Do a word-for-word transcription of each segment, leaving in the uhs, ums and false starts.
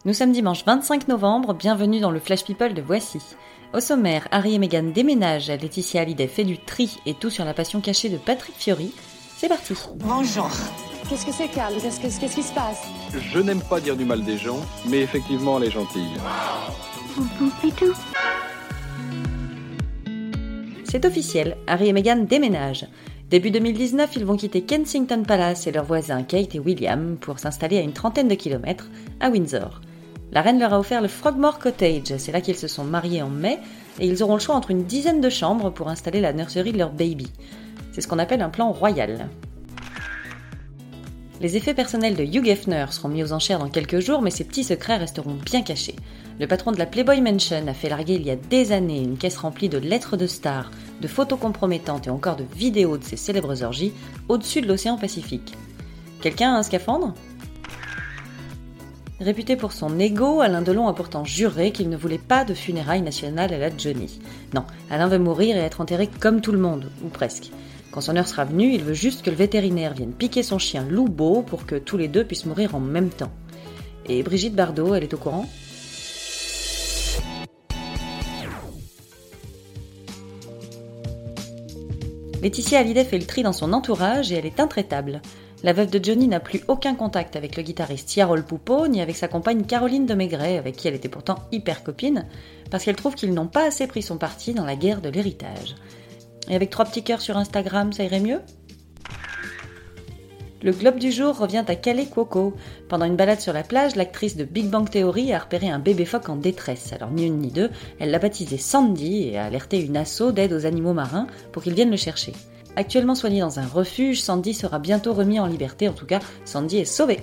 Nous sommes dimanche vingt-cinq novembre, bienvenue dans le Flash People de Voici. Au sommaire, Harry et Meghan déménagent, Laetitia Hallyday fait du tri et tout sur la passion cachée de Patrick Fiori. C'est parti. Bonjour. Qu'est-ce que c'est, Carl ? Qu'est-ce, qu'est-ce, qu'est-ce qui se passe ? Je n'aime pas dire du mal des gens, mais effectivement, elle est gentille. C'est officiel, Harry et Meghan déménagent. Début deux mille dix-neuf, ils vont quitter Kensington Palace et leurs voisins Kate et William pour s'installer à une trentaine de kilomètres, à Windsor. La reine leur a offert le Frogmore Cottage, c'est là qu'ils se sont mariés en mai, et ils auront le choix entre une dizaine de chambres pour installer la nurserie de leur baby. C'est ce qu'on appelle un plan royal. Les effets personnels de Hugh Hefner seront mis aux enchères dans quelques jours, mais ces petits secrets resteront bien cachés. Le patron de la Playboy Mansion a fait larguer il y a des années une caisse remplie de lettres de stars, de photos compromettantes et encore de vidéos de ses célèbres orgies au-dessus de l'océan Pacifique. Quelqu'un a un scaphandre ? Réputé pour son ego, Alain Delon a pourtant juré qu'il ne voulait pas de funérailles nationales à la Johnny. Non, Alain veut mourir et être enterré comme tout le monde, ou presque. Quand son heure sera venue, il veut juste que le vétérinaire vienne piquer son chien Loubo pour que tous les deux puissent mourir en même temps. Et Brigitte Bardot, elle est au courant ? Laetitia Hallyday fait le tri dans son entourage et elle est intraitable. La veuve de Johnny n'a plus aucun contact avec le guitariste Yarol Poupeau, ni avec sa compagne Caroline de Maigret, avec qui elle était pourtant hyper copine, parce qu'elle trouve qu'ils n'ont pas assez pris son parti dans la guerre de l'héritage. Et avec trois petits cœurs sur Instagram, ça irait mieux ? Le globe du jour revient à Calais Cuoco. Pendant une balade sur la plage, l'actrice de Big Bang Theory a repéré un bébé phoque en détresse. Alors ni une ni deux, elle l'a baptisé Sandy et a alerté une asso d'aide aux animaux marins pour qu'ils viennent le chercher. Actuellement soigné dans un refuge, Sandy sera bientôt remis en liberté. En tout cas, Sandy est sauvé.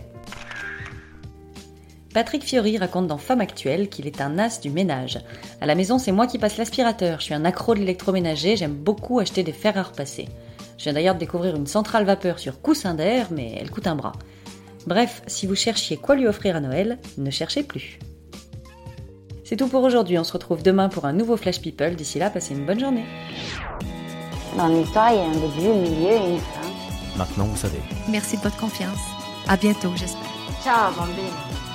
Patrick Fiori raconte dans Femme Actuelle qu'il est un as du ménage. À la maison, c'est moi qui passe l'aspirateur. Je suis un accro de l'électroménager, j'aime beaucoup acheter des fers à repasser. Je viens d'ailleurs de découvrir une centrale vapeur sur coussin d'air, mais elle coûte un bras. Bref, si vous cherchiez quoi lui offrir à Noël, ne cherchez plus. C'est tout pour aujourd'hui, on se retrouve demain pour un nouveau Flash People. D'ici là, passez une bonne journée. Dans l'histoire, il y a un début, un milieu et une fin. Maintenant, vous savez. Merci de votre confiance. À bientôt, j'espère. Ciao, bambine.